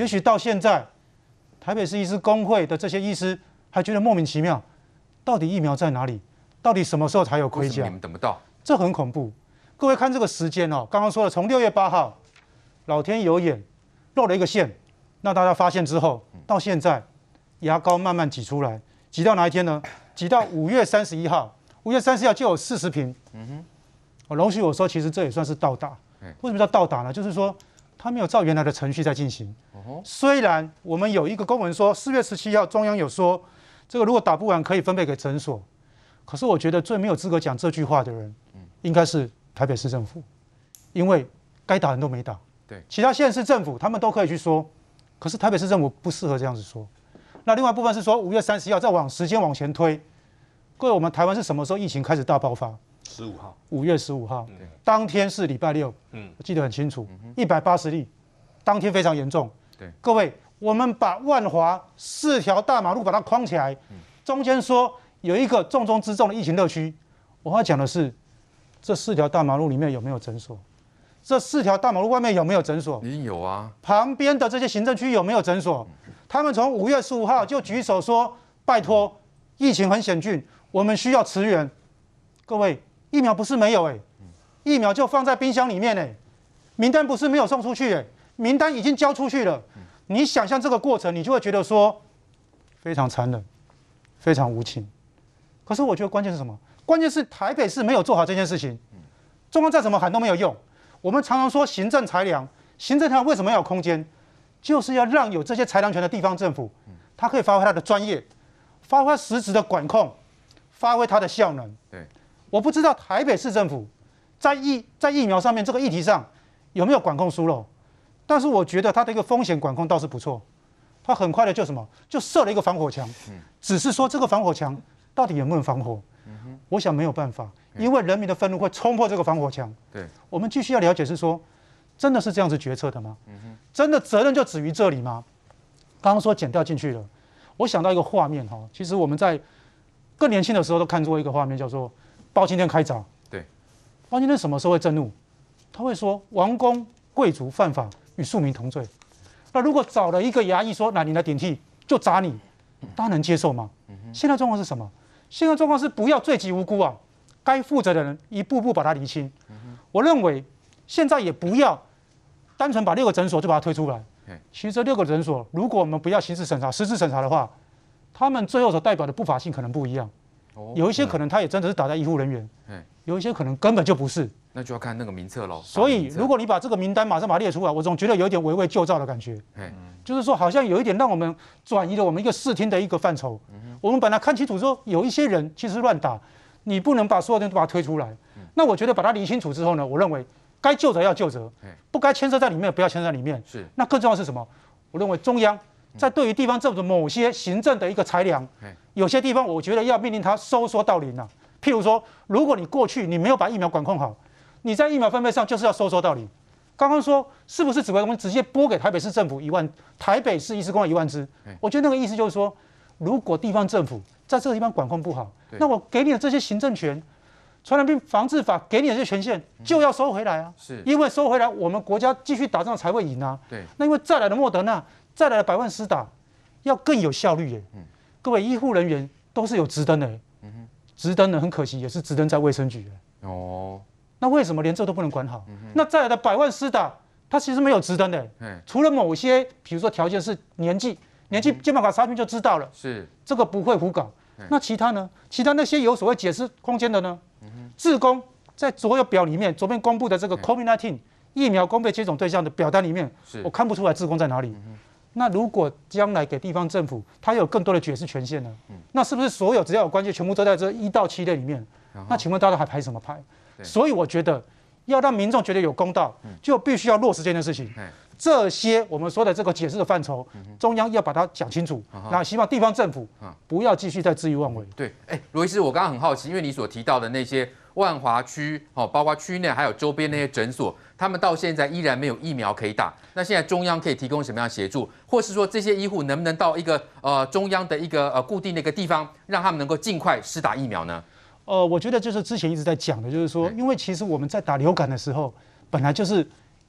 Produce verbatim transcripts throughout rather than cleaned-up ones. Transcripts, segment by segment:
也许到现在，台北市医师工会的这些医师还觉得莫名其妙，到底疫苗在哪里？到底什么时候才有盔甲？ 你们等不到， 这很恐怖。各位看这个时间哦，刚刚说了，从六月八号，老天有眼，漏了一个线，那大家发现之后，到现在牙膏慢慢挤出来，挤到哪一天呢？挤到五月三十一号，五月三十一号就有四十瓶。嗯哼，我容许我说，其实这也算是倒打。为什么叫倒打呢？就是说它没有照原来的程序在进行。虽然我们有一个公文说，四月十七号中央有说，这个如果打不完可以分配给诊所，可是我觉得最没有资格讲这句话的人，应该是台北市政府，因为该打人都没打。 对， 其他县市政府他们都可以去说，可是台北市政府不适合这样子说。那另外一部分是说，五月三十一号再往时间往前推，各位，我们台湾是什么时候疫情开始大爆发？ 十五号， 五月十五号，当天是礼拜六，嗯，我记得很清楚，一百八十例，当天非常严重。 对， 各位，我们把万华四条大马路把它框起来，中间说有一个重中之重的疫情热区，我要讲的是，这四条大马路里面有没有诊所？这四条大马路外面有没有诊所？ 一定有啊。 旁边的这些行政区有没有诊所？他们从五月十五号就举手说，拜托，疫情很险峻，我们需要驰援。各位，疫苗不是没有哎、欸，疫苗就放在冰箱里面哎、欸，名单不是没有送出去哎、欸，名单已经交出去了。你想象这个过程，你就会觉得说非常残忍，非常无情。可是我觉得关键是什么？关键是台北市没有做好这件事情，中央再怎么喊都没有用。我们常常说行政裁量，行政裁量为什么要有空间？就是要让有这些裁量权的地方政府，他可以发挥他的专业，发挥实质的管控，发挥他的效能。 对， 我不知道台北市政府在疫在疫苗上面这个议题上有没有管控疏漏，但是我觉得他的一个风险管控倒是不错。他很快的就什么，就设了一个防火墙，只是说这个防火墙到底能不能防火？我想没有办法，因为人民的愤怒会冲破这个防火墙。 对， 我们继续要了解是说，真的是这样子决策的吗？真的责任就止于这里吗？刚刚说剪掉进去了，我想到一个画面哈，其实我们在更年轻的时候都看过一个画面，叫做包青天开闸。 对， 包青天什么时候会震怒？他会说王公贵族犯法与庶民同罪。那如果找了一个衙役说，那你来顶替就砸你，大家能接受吗？现在状况是什么？现在状况是不要罪及无辜啊，该负责的人一步步把它厘清。我认为现在也不要单纯把六个诊所就把它推出来。其实这六个诊所，如果我们不要刑事审查、实质审查的话，他们最后所代表的不法性可能不一样。有一些可能他也真的是打在医护人员，有一些可能根本就不是。 那就要看那个名册喽。 所以，如果你把这个名单马上把它列出来，我总觉得有一点围魏救赵的感觉。就是说，好像有一点让我们转移了我们一个视听的一个范畴。我们本来看清楚说，有一些人其实乱打，你不能把所有人都把它推出来。那我觉得把它理清楚之后呢，我认为该就责要就责，不该牵涉在里面不要牵涉在里面。 是。 那更重要的是什么？我认为中央在对于地方政府的某些行政的一个裁量，有些地方我觉得要命令它收缩到零啊。譬如说，如果你过去你没有把疫苗管控好，你在疫苗分配上就是要收缩到零。刚刚说是不是指挥中心直接拨给台北市政府一万，台北市医师公会一万支？我觉得那个意思就是说，如果地方政府在这个地方管控不好，那我给你的这些行政权，传染病防治法给你的这些权限就要收回来啊。 是， 因为收回来，我们国家继续打仗才会赢啊。 对。 那因为再来的莫德纳，再来的百万施打，要更有效率耶。嗯。各位医护人员都是有直登的。嗯哼。直登呢，很可惜也是直登在卫生局。哦。那为什么连这都不能管好？那再来的百万施打，它其实没有直登的。除了某些，比如说条件是年纪，年纪健保卡查询就知道了。是。这个不会胡搞。那其他呢？其他那些有所谓解释空间的呢？志工在所有表里面，昨天公布的这个 COVID 十九 疫苗公费接种对象的表单里面，我看不出来志工在哪里。那如果将来给地方政府，它有更多的解释权限呢？那是不是所有只要有关系，全部都在这一到七类里面？那请问大家还排什么排？所以我觉得要让民众觉得有公道，就必须要落实这件事情。这些我们说的这个解释的范畴，中央要把它讲清楚。那希望地方政府不要继续再恣意妄为。 对，哎，罗医师，我刚刚很好奇，因为你所提到的那些万华区，哦，包括区内还有周边那些诊所，他们到现在依然没有疫苗可以打。那现在中央可以提供什么样的协助，或是说这些医护能不能到一个呃中央的一个呃固定的一个地方，让他们能够尽快施打疫苗呢？呃， 我觉得就是之前一直在讲的，就是说，因为其实我们在打流感的时候，本来就是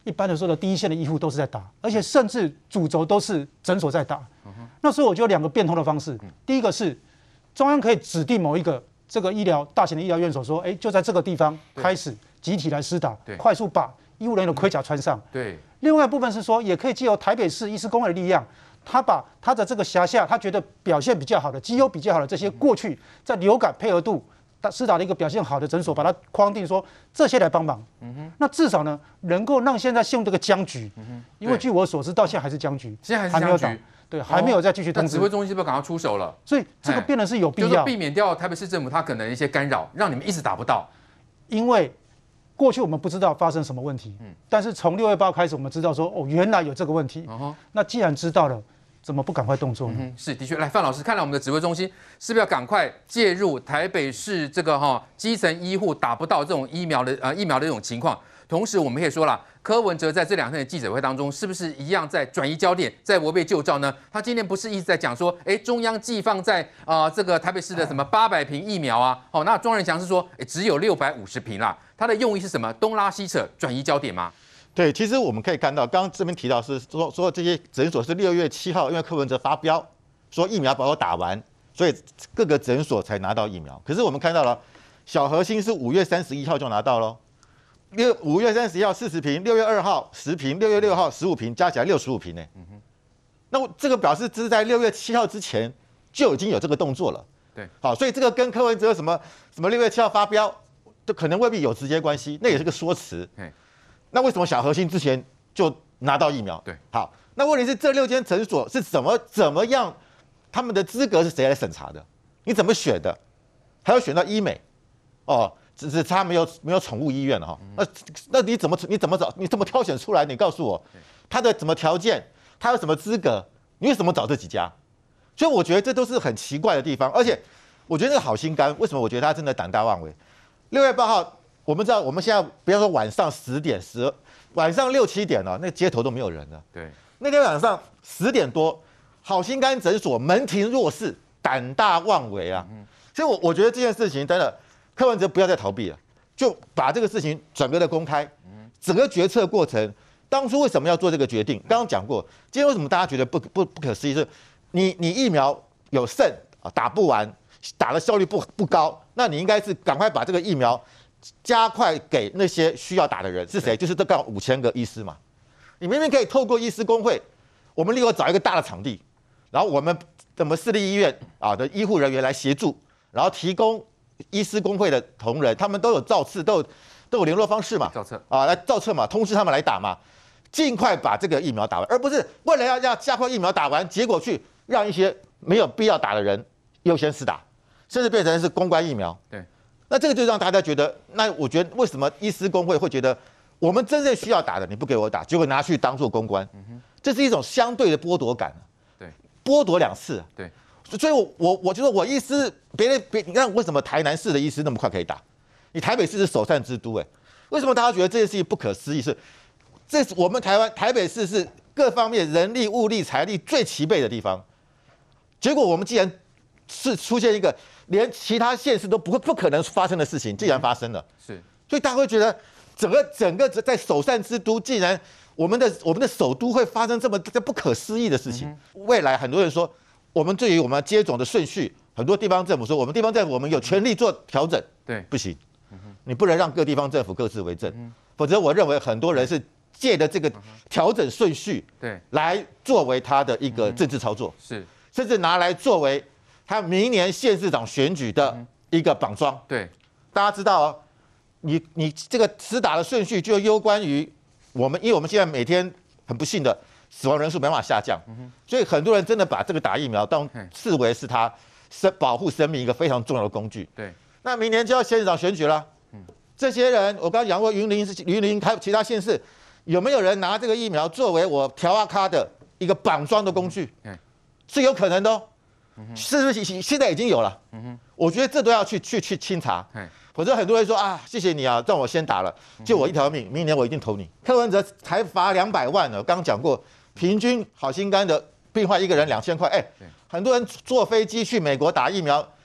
一般的说的第一线的医护都是在打，而且甚至主轴都是诊所在打。那所以我觉得两个变通的方式，第一个是中央可以指定某一个这个医疗大型的医疗院所说，哎，就在这个地方开始集体来施打，快速把医护人员的盔甲穿上。 对。 另外一部分是说，也可以借由台北市医师公会的力量，他把他的这个辖下他觉得表现比较好的、绩优比较好的这些过去在流感配合度施打的一个表现好的诊所，把它框定说这些来帮忙。嗯哼，那至少呢，能够让现在陷入这个僵局。嗯哼，因为据我所知，到现在还是僵局， 现在还是僵局。 对，还没有再继续通知。 指挥中心是不是赶快出手了？ 所以这个变得是有必要， 就是避免掉台北市政府它可能一些干扰，让你们一直打不到。 因为过去我们不知道发生什么问题，嗯，但是从六月八号开始，我们知道说哦，原来有这个问题。哦，那既然知道了，怎么不赶快动作呢？ 嗯、是，的确，来范老师，看来我们的指挥中心是不是要赶快介入台北市这个哈、哦、基层医护打不到这种疫苗的呃疫苗的这种情况？同时，我们可以说了，柯文哲在这两天的记者会当中，是不是一样在转移焦点，在违背旧照呢？他今天不是一直在讲说，哎，中央寄放在啊、呃、这个台北市的什么八百瓶疫苗啊？哦，那庄仁祥是说，哎，只有六百五十瓶啦。他的用意是什么？东拉西扯，转移焦点吗？ 对，其实我们可以看到，刚刚这边提到是说说这些诊所是六月七号，因为柯文哲发标说疫苗把我打完，所以各个诊所才拿到疫苗。可是我们看到了，小核心是五月三十一号就拿到喽。六五月三十一号四十瓶，六月二号十瓶，六月六号十五瓶，加起来六十五瓶呢。嗯哼，那这个表示这是在六月七号之前就已经有这个动作了。 对， 好，所以这个跟柯文哲什么什么六月七号发标，都可能未必有直接关系，那也是个说辞。那为什么小核心之前就拿到疫苗？ 对， 好，那问题是这六间诊所是怎么怎么样，他们的资格是谁来审查的？你怎么选的？还要选到医美，哦。只是他没有没有宠物医院了哈，那那你怎么你怎么找你怎么挑选出来？你告诉我，他的什么条件，他有什么资格？你为什么找这几家？所以我觉得这都是很奇怪的地方。而且我觉得那个好心肝，为什么我觉得他真的胆大妄为？六月八号，我们知道我们现在不要说晚上十点十，晚上六七点了，那街头都没有人了。 对， 那天晚上十点多，好心肝诊所门庭若市，胆大妄为啊！所以我我觉得这件事情真的。柯文哲不要再逃避了，就把这个事情转变的公开。整个决策过程，当初为什么要做这个决定？刚刚讲过，今天为什么大家觉得不不不可思议？是，你你疫苗有剩啊，打不完，打的效率不不高，那你应该是赶快把这个疫苗加快给那些需要打的人。是谁？就是这刚五千个医师嘛。你明明可以透过医师工会，我们立刻找一个大的场地，然后我们我们私立医院啊的医护人员来协助，然后提供。医师工会的同仁，他们都有造册，都有都有联络方式嘛， 造册啊，来造册嘛，通知他们来打嘛，尽快把这个疫苗打完，而不是为了要要加快疫苗打完，结果去让一些没有必要打的人优先施打，甚至变成是公关疫苗。 对， 那这个就让大家觉得，那我觉得为什么医师工会会觉得我们真正需要打的你不给我打，结果拿去当做公关，嗯、这是一种相对的剥夺感。 对， 剥夺两次。 对。 所以我，我我我觉得我医师，别人别你看为什么台南市的医师那么快可以打？你台北市是首善之都，哎，为什么大家觉得这件事情不可思议？是，这是我们台湾台北市是各方面人力、物力、财力最齐备的地方，结果我们既然是出现一个连其他县市都不会不可能发生的事情，竟然发生了， 是， 所以大家会觉得整个整个在首善之都，竟然我们的我们的首都会发生这么这不可思议的事情。嗯、未来很多人说。我们对于我们接种的顺序，很多地方政府说，我们地方政府我们有权利做调整， 对， 不行，你不能让各地方政府各自为政，否则我认为很多人是借的这个调整顺序， 对， 来作为他的一个政治操作， 是， 甚至拿来作为他明年县市长选举的一个绑桩， 对， 大家知道哦，你你这个施打的顺序就攸关于我们，因为我们现在每天很不幸的。死亡人数没办法下降，所以很多人真的把这个打疫苗当视为是他生保护生命一个非常重要的工具。 对， 那明年就要县市长选举了，这些人我刚刚讲过，云林是云林，还有其他县市，有没有人拿这个疫苗作为我调啊卡的一个绑桩的工具？是有可能的哦，是不是？现在已经有了。我觉得这都要去去去清查。否则很多人说啊，谢谢你啊，让我先打了，救我一条命，明年我一定投你。柯文哲才罚两百万呢，刚刚讲过。平均好心肝的病患一个人两千块，哎，很多人坐飞机去美国打疫苗，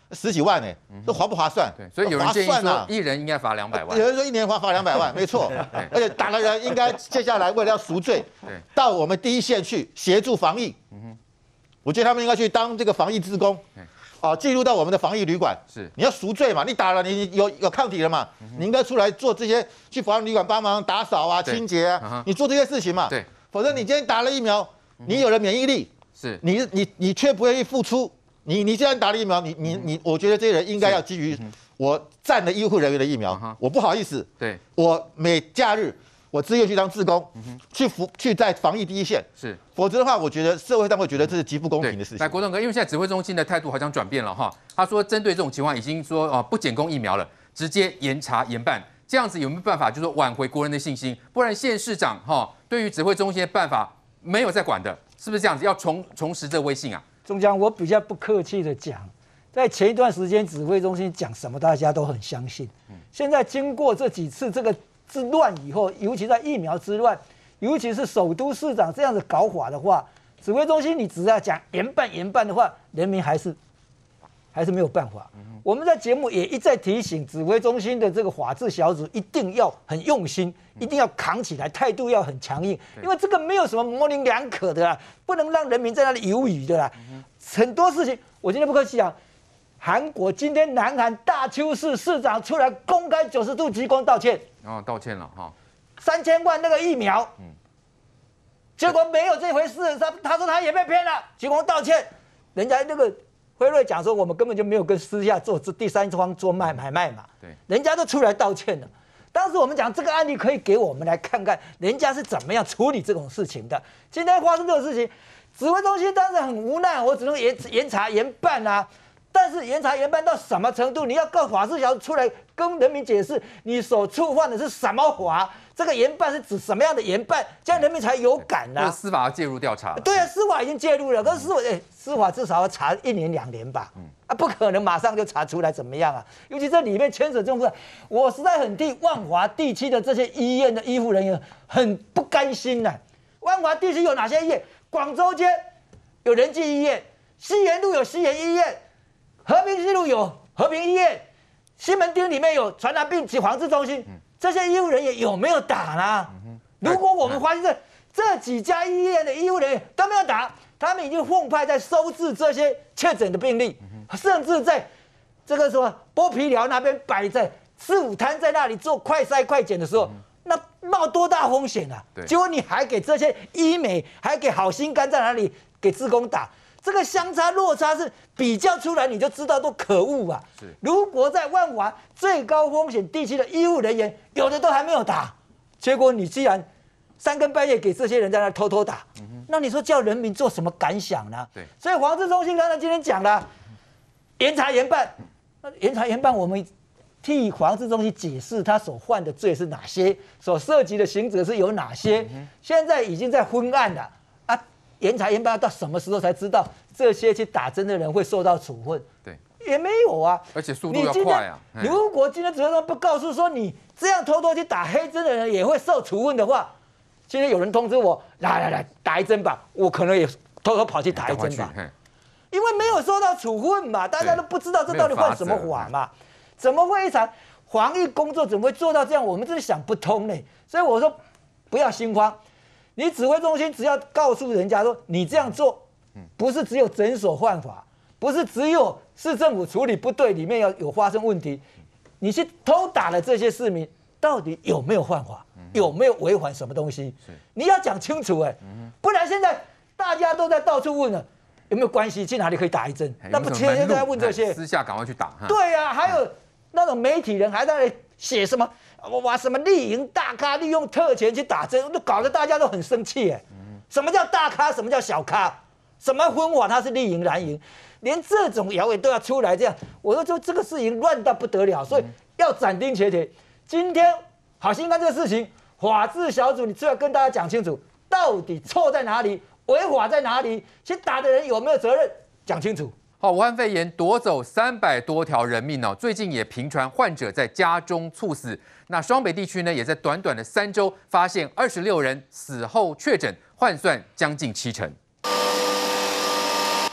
十几万呢，这划不划算？ 对，所以有人建议说，一人应该罚两百万。 有人说一年罚罚两百万，没错。而且打的人应该接下来为了要赎罪，到我们第一线去协助防疫。我觉得他们应该去当这个防疫志工，啊，进入到我们的防疫旅馆。是，你要赎罪嘛？你打了，你有有抗体了嘛？你应该出来做这些，去防疫旅馆帮忙打扫啊、清洁啊，你做这些事情嘛。对，否则你今天打了疫苗，你有了免疫力，是你你你却不愿意付出。你你既然打了疫苗，你你你，我觉得这些人应该要基于我占了医护人员的疫苗，我不好意思，对，我每假日我自愿去当志工，去服去在防疫第一线，是，否则的话，我觉得社会上会觉得这是极不公平的事情。来， 国栋哥，因为现在指挥中心的态度好像转变了哈，他说针对这种情况已经说哦不减供疫苗了，直接严查严办，这样子有没有办法就是说挽回国人的信心？不然县市长哈对于指挥中心的办法没有在管的，是不是这样子？要重重拾这威信啊？ 中将，我比较不客气的讲，在前一段时间指挥中心讲什么，大家都很相信。现在经过这几次这个之乱以后，尤其在疫苗之乱，尤其是首都市长这样子搞法的话，指挥中心你只要讲严办严办的话，人民还是还是没有办法。我们在节目也一再提醒指挥中心的这个法制小组一定要很用心，一定要扛起来，态度要很强硬，因为这个没有什么模棱两可的啦，不能让人民在那里犹豫的啦。很多事情，我今天不客气讲，韩国今天南韩大邱市市长出来公开九十度鞠躬道歉， 哦，道歉了哈， 三千万那个疫苗，嗯，结果没有这回事，他他说他也被骗了，鞠躬道歉，人家那个辉瑞讲说我们根本就没有跟私下做第三方做卖买卖嘛，对，人家都出来道歉了。当时我们讲这个案例可以给我们来看看人家是怎么样处理这种事情的。今天发生这种事情，指挥中心当然很无奈，我只能严严查严办啊。但是严查严办到什么程度？你要告法制小组出来跟人民解释，你所触犯的是什么法？这个严办是指什么样的严办？这样人民才有感啊。 司法要介入调查。 对啊，司法已经介入了，可是司法，哎，司法至少要查一年两年吧。嗯。啊，不可能马上就查出来怎么样啊？尤其这里面牵扯政府，我实在很替万华地区的这些医院的医护人员很不甘心呐、啊。万华地区有哪些医院？广州街有仁济医院，西园路有西园医院，和平西路有和平医院，西门町里面有传染病及防治中心。这些医护人员有没有打呢？如果我们发现这这几家医院的医护人员都没有打，他们已经奉派在收治这些确诊的病例。甚至在这个什么剥皮寮那边摆在四五摊在那里做快筛快检的时候，那冒多大风险啊！结果你还给这些医美，还给好心肝在哪里给志工打，这个相差落差是比较出来你就知道多可恶啊！如果在万华最高风险地区的医护人员有的都还没有打，结果你既然三更半夜给这些人在那偷偷打，那你说叫人民做什么感想呢？对，所以防治中心刚才今天讲了。严查严办，那严查严办，我们替防治中心解释他所犯的罪是哪些，所涉及的刑责是有哪些。现在已经在昏暗了啊！严查严办到什么时候才知道这些去打针的人会受到处分？对，也没有啊。 而且速度要快啊！ 如果今天指挥中心不告诉说你这样偷偷去打黑针的人也会受处分的话，今天有人通知我，来来来打一针吧，我可能也偷偷跑去打一针吧。因为没有受到处分嘛，大家都不知道这到底犯什么法嘛，怎么会一场防疫工作怎么会做到这样？我们真是想不通呢。所以我说不要心慌，你指挥中心只要告诉人家说你这样做，不是只有诊所犯法，不是只有市政府处理不对，里面要有发生问题，你去偷打了这些市民，到底有没有犯法，有没有违反什么东西？你要讲清楚哎，不然现在大家都在到处问了。有没有关系？去哪里可以打一针？那不天天都在问这些， 私下赶快去打。 对呀、啊，还有那种媒体人还在那里写什么哇什么利营大咖利用特权去打针，都搞得大家都很生气哎。什么叫大咖？什么叫小咖？什么分法？他是利营蓝营，连这种谣言都要出来这样，我就说这个事情乱到不得了，所以要斩钉截铁。今天好心肝这个事情，法制小组你出来跟大家讲清楚，到底错在哪里？违法在哪里？去打的人有没有责任？讲清楚。 好，武汉肺炎夺走三百多条人命哦，最近也频传患者在家中猝死。那双北地区呢，也在短短的三周发现二十六人死后确诊，换算将近七成。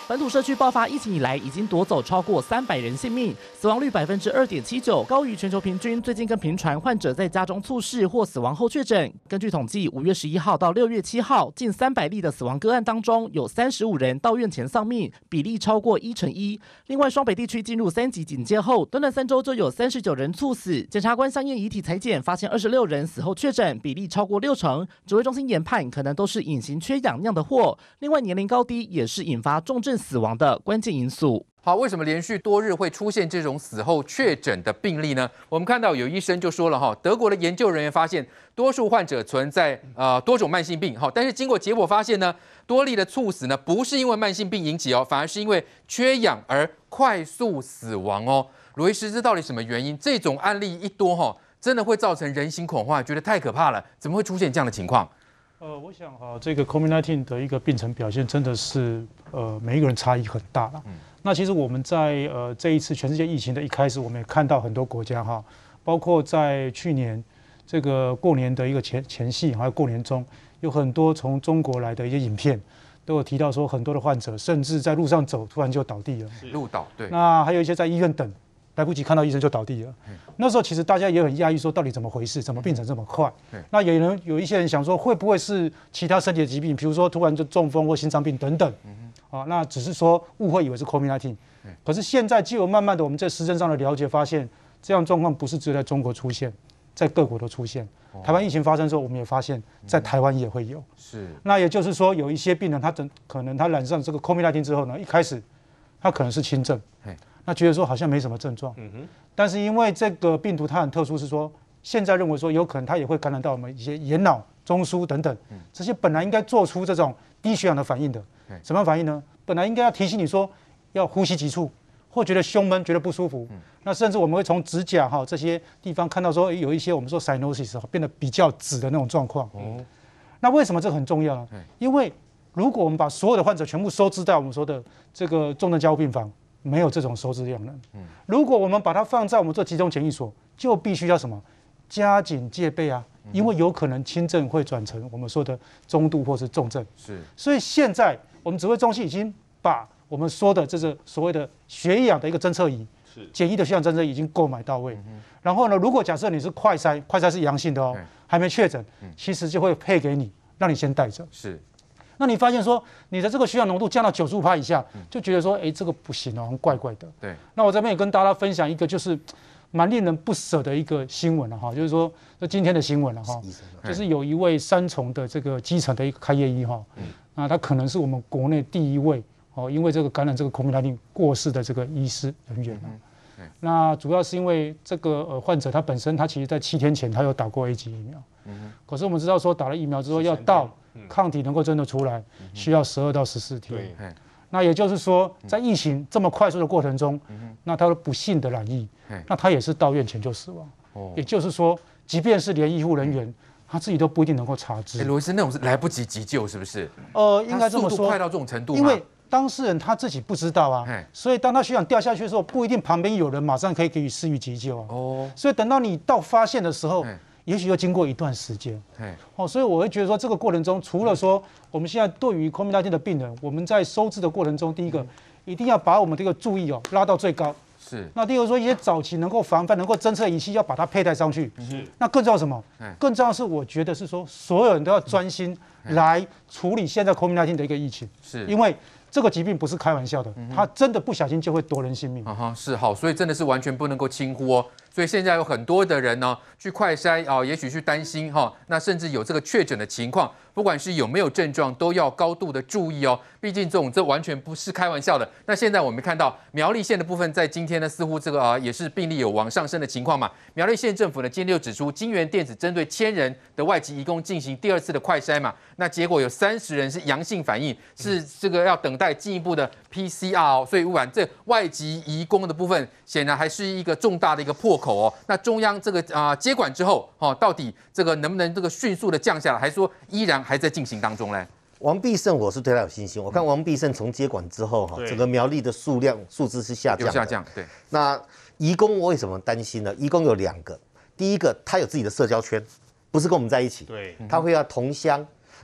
本土社区爆发疫情以来，已经夺走超过三百人性命，死亡率百分之二点七九，高于全球平均。最近更频传患者在家中猝逝或死亡后确诊。根据统计，五月十一号到六月七号，近三百例的死亡个案当中，有三十五人到院前丧命，比例超过一成一。另外，双北地区进入三级警戒后，短短三周就有三十九人猝死。检察官相验遗体裁检，发现二十六人死后确诊，比例超过六成。指挥中心研判，可能都是隐形缺氧酿的祸。另外，年龄高低也是引发重症死亡的关键因素。 好，为什么连续多日会出现这种死后确诊的病例呢？我们看到有医生就说了哈，德国的研究人员发现，多数患者存在呃多种慢性病，哈，但是经过结果发现呢，多例的猝死呢不是因为慢性病引起哦，反而是因为缺氧而快速死亡哦。罗医师，这到底什么原因？这种案例一多哈，真的会造成人心恐慌，觉得太可怕了，怎么会出现这样的情况？ 呃，我想哈，这个 COVID 十九 的一个病程表现真的是呃每一个人差异很大了。嗯、那其实我们在呃这一次全世界疫情的一开始，我们也看到很多国家哈，包括在去年这个过年的一个前前夕，还有过年中，有很多从中国来的一些影片，都有提到说很多的患者甚至在路上走，突然就倒地了。 路倒，对。 那还有一些在医院等。来不及看到医生就倒地了。嗯、那时候其实大家也很讶异，说到底怎么回事？怎么病程这么快？嗯、那有人有一些人想说，会不会是其他身体的疾病，比如说突然就中风或心脏病等等？嗯、啊，那只是说误会以为是 COVID 十九。嗯、可是现在就有慢慢的我们在实证上的了解，发现这样状况不是只有在中国出现，在各国都出现。哦、台湾疫情发生之后，我们也发现，在台湾也会有。是。那也就是说，有一些病人他整可能他染上这个 COVID 十九之后呢，一开始他可能是轻症。那觉得说好像没什么症状，嗯哼，但是因为这个病毒它很特殊，是说现在认为说有可能它也会感染到我们一些眼脑、中枢等等，嗯、这些本来应该做出这种低血氧的反应的，嗯、什么反应呢？本来应该要提醒你说要呼吸急促，或觉得胸闷、觉得不舒服，嗯、那甚至我们会从指甲哈这些地方看到说有一些我们说 cyanosis 变得比较紫的那种状况。哦，那为什么这很重要呢？嗯、因为如果我们把所有的患者全部收治在我们说的这个重症加护病房。没有这种收治量能。嗯，如果我们把它放在我们做集中检疫所，就必须要什么加紧戒备啊，因为有可能轻症会转成我们说的中度或是重症。是，所以现在我们指挥中心已经把我们说的这个所谓的血氧的一个侦测仪，是简易的血氧侦测仪已经购买到位。嗯、然后呢，如果假设你是快筛，快筛是阳性的哦，还没确诊，其实就会配给你，让你先带着。是。那你发现说你的这个血氧浓度降到九十五趴以下，就觉得说，哎，这个不行哦，怪怪的。对。那我这边也跟大家分享一个，就是蛮令人不舍的一个新闻了哈，就是说这今天的新闻了哈，就是有一位三重的这个基层的一个开业医哈，那他可能是我们国内第一位哦，因为这个感染这个 COVID 十九 过世的这个医师人员啊。那主要是因为这个呃患者他本身他其实在七天前他有打过 A 级疫苗，嗯、可是我们知道说打了疫苗之后要到抗体能够真的出来，嗯、需要十二到十四天。对，那也就是说在疫情这么快速的过程中，嗯、那他不幸的染疫，那他也是到院前就死亡。哦，也就是说，即便是连医护人员。他自己都不一定能够查知。 罗医师，那种是来不及急救，是不是？ 呃，应该这么说， 速度快到这种程度吗？ 因为当事人他自己不知道啊，所以当他血氧掉下去的时候，不一定旁边有人马上可以给予施予急救啊。哦，所以等到你到发现的时候，也许要经过一段时间。哦，所以我会觉得说，这个过程中，除了说我们现在对于 COVID 十九 的病人，我们在收治的过程中，第一个一定要把我们这个注意哦拉到最高。是。那第二个说，一些早期能够防范、能够侦测仪器要把它佩戴上去。是。那更重要什么？更重要是，我觉得是说，所有人都要专心来处理现在 COVID 十九 的一个疫情。是。因为这个疾病不是开玩笑的，它真的不小心就会夺人性命。啊哈，是好，所以真的是完全不能够轻忽哦。所以现在有很多的人呢，去快筛啊，也许去担心哈，那甚至有这个确诊的情况，不管是有没有症状，都要高度的注意哦。毕竟这种这完全不是开玩笑的。那现在我们看到苗栗县的部分，在今天呢，似乎这个啊也是病例有往上升的情况嘛。苗栗县政府呢，今天就指出，金源电子针对千人的外籍移工进行第二次的快筛嘛，那结果有三十人是阳性反应，是这个要等待进一步的 P C R 哦。所以不管这外籍移工的部分，显然还是一个重大的一个破口哦。那中央这个啊、呃、接管之后，哦，到底这个能不能这个迅速的降下来，还是说依然还在进行当中呢？ 王必胜，我是对他有信心。我看王必胜从接管之后，哈，整个苗栗的数量数字是下降的， 有下降。对。 那移工我为什么担心呢？移工有两个，第一个他有自己的社交圈，不是跟我们在一起，对，他会要同乡。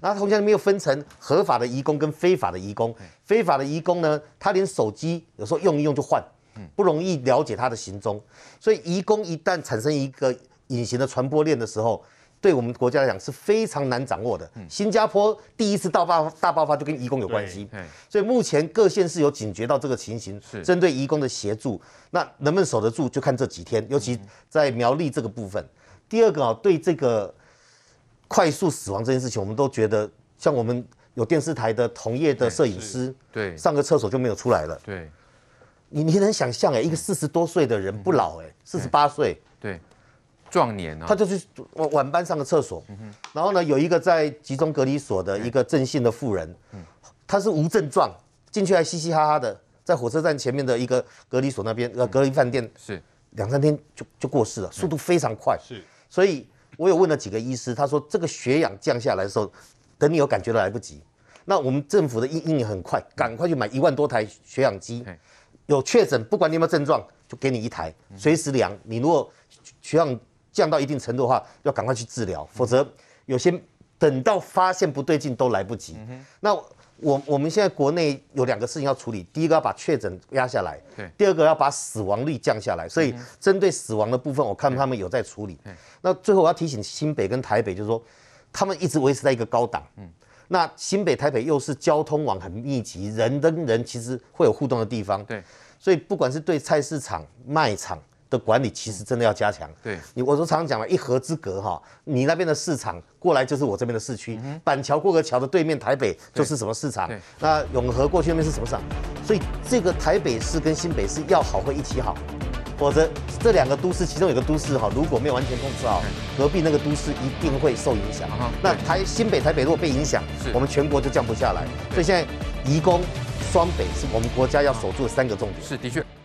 然后同时里面又分成合法的移工跟非法的移工。非法的移工呢，他连手机有时候用一用就换，不容易了解他的行踪。所以移工一旦产生一个隐形的传播链的时候，对我们国家来讲是非常难掌握的。新加坡第一次大爆大爆发就跟移工有关系，所以目前各县市有警觉到这个情形，针对移工的协助，那能不能守得住，就看这几天，尤其在苗栗这个部分。第二个啊，对这个快速死亡这件事情，我们都觉得，像我们有电视台的同业的摄影师，对，上个厕所就没有出来了，对，你你能想象哎，一个四十多岁的人不老哎，四十八岁，对。壮年啊，他就去晚班上个厕所，嗯、然后呢，有一个在集中隔离所的一个郑姓的妇人，嗯、他是无症状进去还嘻嘻哈哈的，在火车站前面的一个隔离所那边，呃，隔离饭店是两三天就就过世了，速度非常快，是，所以我有问了几个医师，他说这个血氧降下来的时候，等你有感觉都来不及。那我们政府的应应也很快，赶快去买一万多台血氧机，有确诊不管你有没有症状，就给你一台，随时量。你如果血氧降到一定程度的话，要赶快去治疗，否则有些等到发现不对劲都来不及。嗯、那我我们现在国内有两个事情要处理，第一个要把确诊压下来，第二个要把死亡率降下来。所以针对死亡的部分，我看他们有在处理。那最后我要提醒新北跟台北，就是说他们一直维持在一个高档。嗯、那新北、台北又是交通网很密集，人跟人其实会有互动的地方。对，所以不管是对菜市场、卖场的管理其实真的要加强。对，你我都常常讲了，一河之隔哈，你那边的市场过来就是我这边的市区，嗯、板桥过个桥的对面台北就是什么市场，那永和过去那边是什么市场，所以这个台北市跟新北市要好会一起好，否则这两个都市其中有个都市哈，如果没有完全控制好，隔壁那个都市一定会受影响。Uh-huh, 那台新北、台北如果被影响，我们全国就降不下来。所以现在移工双北是我们国家要守住的三个重点。是，的确。